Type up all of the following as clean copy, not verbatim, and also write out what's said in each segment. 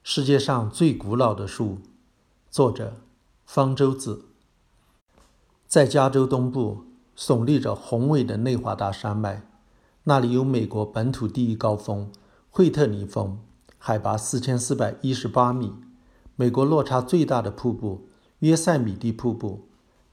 世界上最古老的树，作者方舟子。在加州东部耸立着宏伟的内华达山脉，那里有美国本土第一高峰惠特尼峰，海拔4418米，美国落差最大的瀑布约塞米蒂瀑布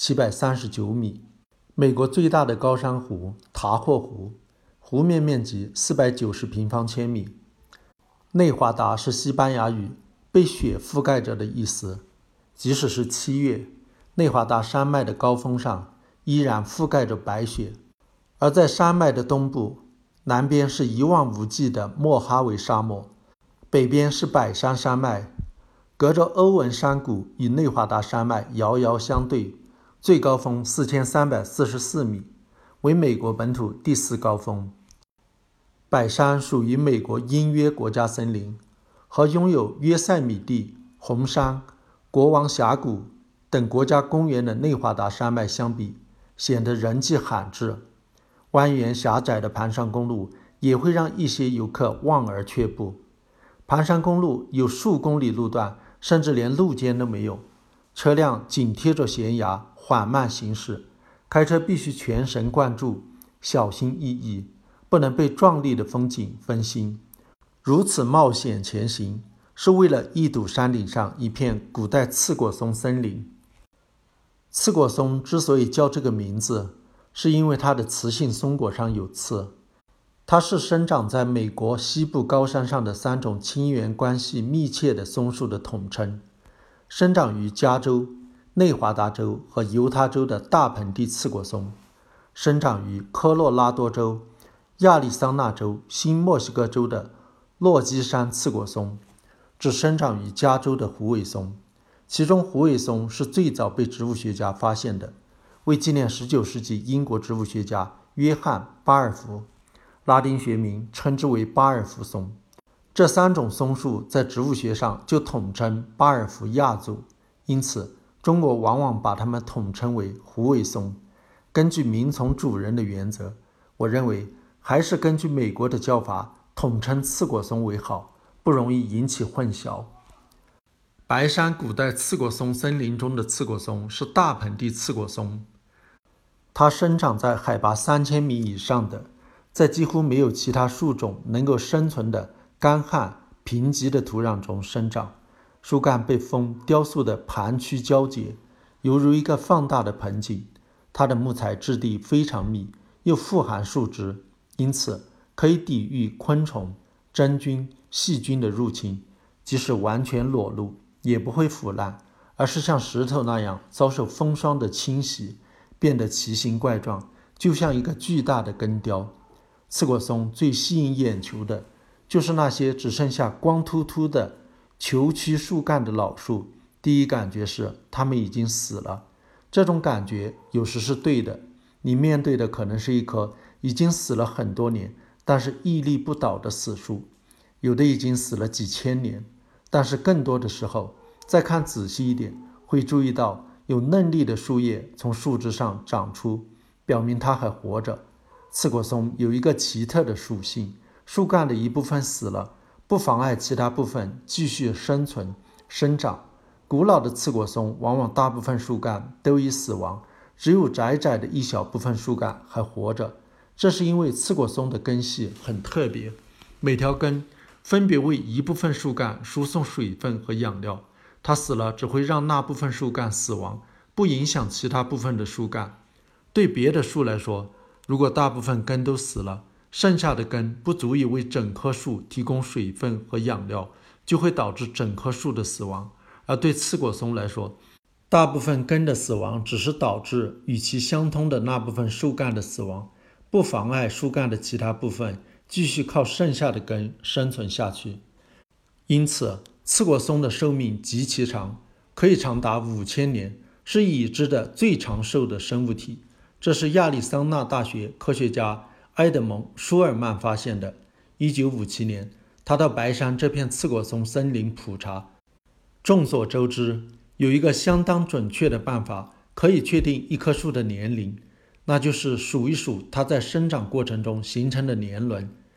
739米，美国最大的高山湖塔霍湖，湖面面积490平方千米。内华达是西班牙语被雪覆盖着的意思，即使是7月，内华达山脉的高峰上依然覆盖着白雪。而在山脉的东部，南边是一望无际的莫哈维沙漠，北边是百山山脉，隔着欧文山谷与内华达山脉遥遥相对，最高峰4344米，为美国本土第4高峰。百山属于美国因约国家森林，和拥有约塞米蒂、红山、国王峡谷等国家公园的内华达山脉相比，显得人迹罕至。蜿蜒狭窄的盘山公路也会让一些游客望而却步。盘山公路有数公里路段，甚至连路肩都没有，车辆紧贴着悬崖缓慢行驶，开车必须全神贯注，小心翼翼，不能被壮丽的风景分心。如此冒险前行，是为了一睹山顶上一片古代刺果松森林。刺果松之所以叫这个名字，是因为它的雌性松果上有刺。它是生长在美国西部高山上的3种亲缘关系密切的松树的统称。生长于加州、内华达州和犹他州的大盆地刺果松，生长于科罗拉多州、亚利桑那州、新墨西哥州的落基山刺果松，只生长于加州的虎尾松。其中虎尾松是最早被植物学家发现的，为纪念19世纪英国植物学家约翰·巴尔福，拉丁学名称之为巴尔福松。这3种松树在植物学上就统称巴尔福亚族，因此中国往往把它们统称为虎尾松。根据名从主人的原则，我认为还是根据美国的叫法统称刺果松为好，不容易引起混淆。白山古代刺果松森林中的刺果松是大盆地刺果松，它生长在海拔3000米以上的，在几乎没有其他树种能够生存的干旱贫瘠的土壤中生长，树干被风雕塑的盘曲交接，犹如一个放大的盆景。它的木材质地非常密，又富含树脂，因此可以抵御昆虫、真菌、细菌的入侵，即使完全裸露也不会腐烂，而是像石头那样遭受风霜的侵袭，变得奇形怪状，就像一个巨大的根雕。刺果松最吸引眼球的就是那些只剩下光秃秃的球曲树干的老树，第一感觉是它们已经死了。这种感觉有时是对的，你面对的可能是一棵已经死了很多年，但是屹立不倒的死树，有的已经死了几千年。但是更多的时候，再看仔细一点，会注意到有嫩绿的树叶从树枝上长出，表明它还活着。刺果松有一个奇特的属性，树干的一部分死了，不妨碍其他部分继续生存生长。古老的刺果松往往大部分树干都已死亡，只有窄窄的一小部分树干还活着。这是因为刺果松的根系很特别，每条根分别为一部分树干输送水分和养料，它死了只会让那部分树干死亡，不影响其他部分的树干。对别的树来说，如果大部分根都死了，剩下的根不足以为整棵树提供水分和养料，就会导致整棵树的死亡。而对刺果松来说，大部分根的死亡只是导致与其相通的那部分树干的死亡，不妨碍树干的其他部分继续靠剩下的根生存下去。因此，刺果松的寿命极其长，可以长达5000年，是已知的最长寿的生物体。这是亚利桑那大学科学家埃德蒙·舒尔曼发现的。1957年，他到白山这片刺果松森林普查。众所周知，有一个相当准确的办法可以确定一棵树的年龄，那就是数一数它在生长过程中形成的年轮。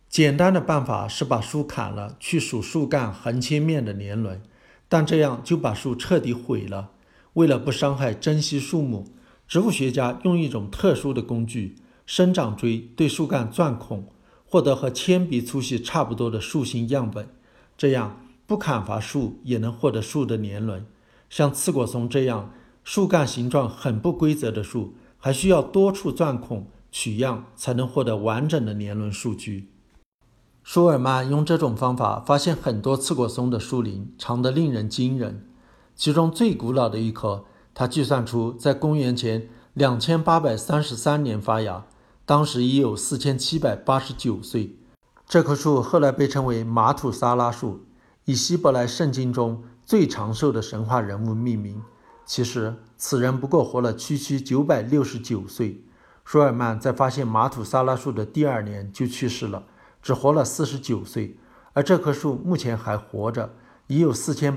简单的办法是把树砍了，去数树干横切面的年轮，但这样就把树彻底毁了。为了不伤害珍稀树木，植物学家用一种特殊的工具——生长锥对树干钻孔，获得和铅笔粗细差不多的树形样本。这样不砍伐树也能获得树的年轮。像刺果松这样树干形状很不规则的树，还需要多处钻孔取样才能获得完整的年轮数据。舒尔曼用这种方法发现很多刺果松的树龄长得令人惊人，其中最古老的一棵，他计算出在公元前2833年发芽，当时已有4789岁。这棵树后来被称为马土沙拉树，以希伯来圣经中最长寿的神话人物命名。其实此人不过活了区区969岁。舒尔曼在发现马土沙拉树的第2年就去世了，只活了49岁，而这棵树目前还活着，已有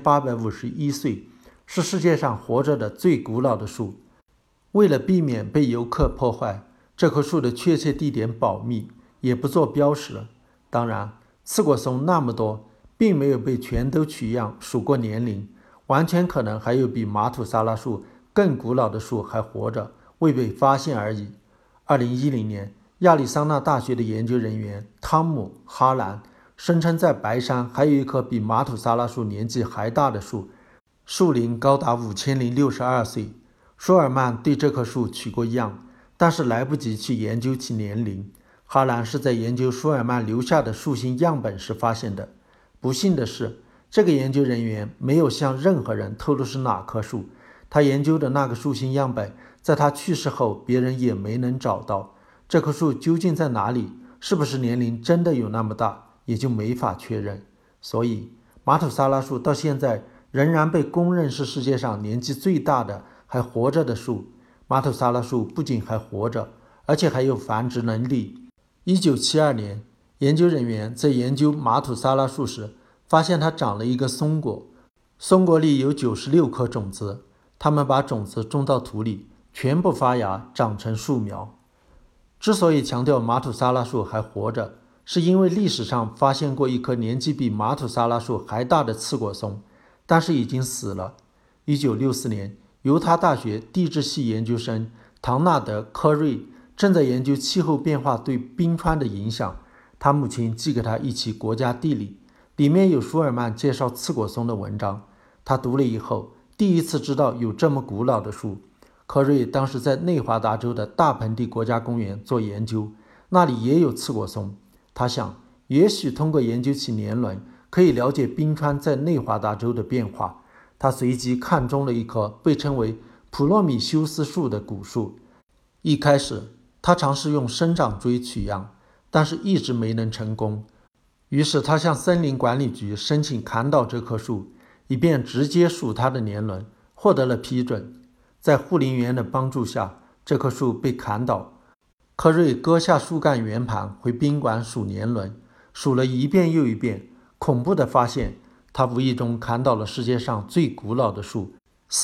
4851岁，是世界上活着的最古老的树。为了避免被游客破坏，这棵树的确切地点保密，也不做标识。当然，刺果松那么多，并没有被全都取样数过年龄，完全可能还有比马土沙拉树更古老的树还活着，未被发现而已。2010年，亚利桑那大学的研究人员汤姆·哈兰声称，在白山还有一棵比马土沙拉树年纪还大的树，树龄高达5062岁。舒尔曼对这棵树取过样，但是来不及去研究其年龄。哈兰是在研究舒尔曼留下的树形样本时发现的。不幸的是，这个研究人员没有向任何人透露是哪棵树。他研究的那个树形样本，在他去世后，别人也没能找到。这棵树究竟在哪里？是不是年龄真的有那么大，也就没法确认。所以，马土沙拉树到现在仍然被公认是世界上年纪最大的还活着的树。马土沙拉树不仅还活着，而且还有繁殖能力。1972年，研究人员在研究马土沙拉树时，发现它长了一个松果，松果里有96颗种子。他们把种子种到土里，全部发芽，长成树苗。之所以强调马土沙拉树还活着，是因为历史上发现过一棵年纪比马土沙拉树还大的刺果松，但是已经死了。1964年，犹他大学地质系研究生唐纳德·科瑞正在研究气候变化对冰川的影响，他母亲寄给他一期国家地理，里面有舒尔曼介绍刺果松的文章。他读了以后，第一次知道有这么古老的树。科瑞当时在内华达州的大盆地国家公园做研究，那里也有刺果松。他想，也许通过研究其年轮，可以了解冰川在内华达州的变化。他随即看中了一棵被称为普罗米修斯树的古树。一开始，他尝试用生长锥取样，但是一直没能成功。于是他向森林管理局申请砍倒这棵树，以便直接数它的年轮，获得了批准。在护林员的帮助下，这棵树被砍倒。科瑞割下树干圆盘，回宾馆数年轮，数了一遍又一遍，恐怖地发现，他无意中砍倒了世界上最古老的树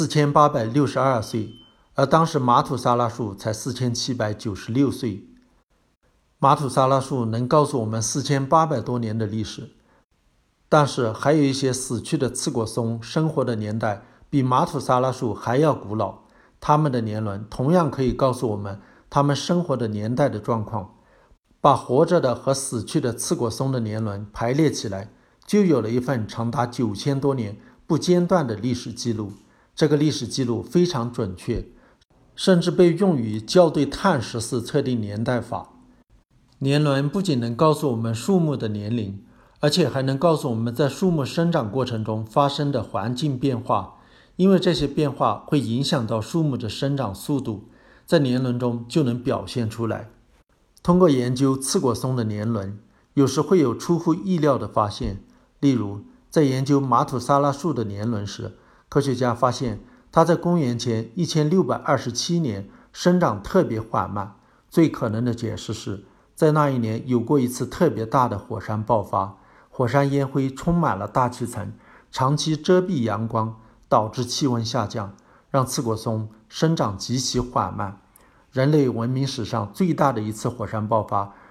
，4862岁，而当时马土沙拉树才4796岁。马土沙拉树能告诉我们4800多年的历史，但是还有一些死去的刺果松生活的年代比马土沙拉树还要古老，它们的年轮同样可以告诉我们它们生活的年代的状况。把活着的和死去的刺果松的年轮排列起来，就有了一份长达9000多年不间断的历史记录。这个历史记录非常准确，甚至被用于校对碳14测定年代法。年轮不仅能告诉我们树木的年龄，而且还能告诉我们在树木生长过程中发生的环境变化，因为这些变化会影响到树木的生长速度，在年轮中就能表现出来。通过研究刺果松的年轮，有时会有出乎意料的发现。例如，在研究马土沙拉树的年轮时，科学家发现它在公元前1627年生长特别缓慢。最可能的解释是，在那一年有过一次特别大的火山爆发，火山烟灰充满了大气层，长期遮蔽阳光，导致气温下降，让刺果松生长极其缓慢。人类文明史上最大的一次火山爆发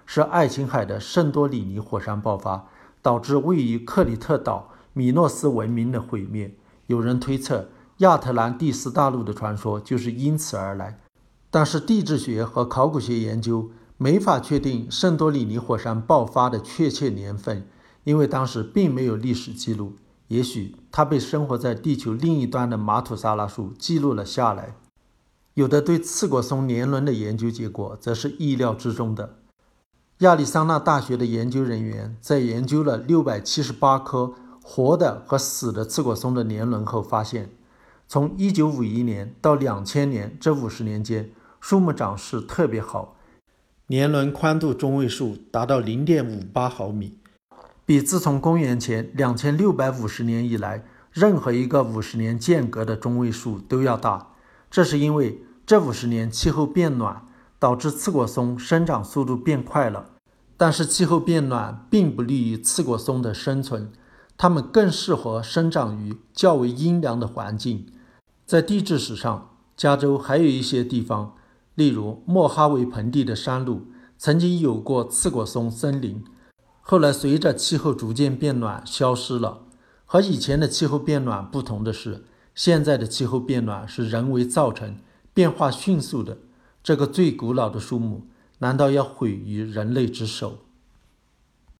是爱琴海的圣多里尼火山爆发，导致位于克里特岛米诺斯文明的毁灭。有人推测，亚特兰蒂斯大陆的传说就是因此而来。但是地质学和考古学研究没法确定圣多里尼火山爆发的确切年份，因为当时并没有历史记录。也许它被生活在地球另一端的马土萨拉树记录了下来。有的对刺果松年轮的研究结果则是意料之中的。亚利桑那大学的研究人员在研究了678棵活的和死的刺果松的年轮后发现，从1951年到2000年这50年间，树木长势特别好，年轮宽度中位数达到 0.58 毫米，比自从公元前2650年以来任何一个50年间隔的中位数都要大。这是因为这50年气候变暖，导致刺果松生长速度变快了。但是气候变暖并不利于刺果松的生存，它们更适合生长于较为阴凉的环境。在地质史上，加州还有一些地方，例如莫哈维盆地的山路，曾经有过刺果松森林，后来随着气候逐渐变暖消失了。和以前的气候变暖不同的是，现在的气候变暖是人为造成，变化迅速的。这个最古老的树木，难道要毁于人类之手？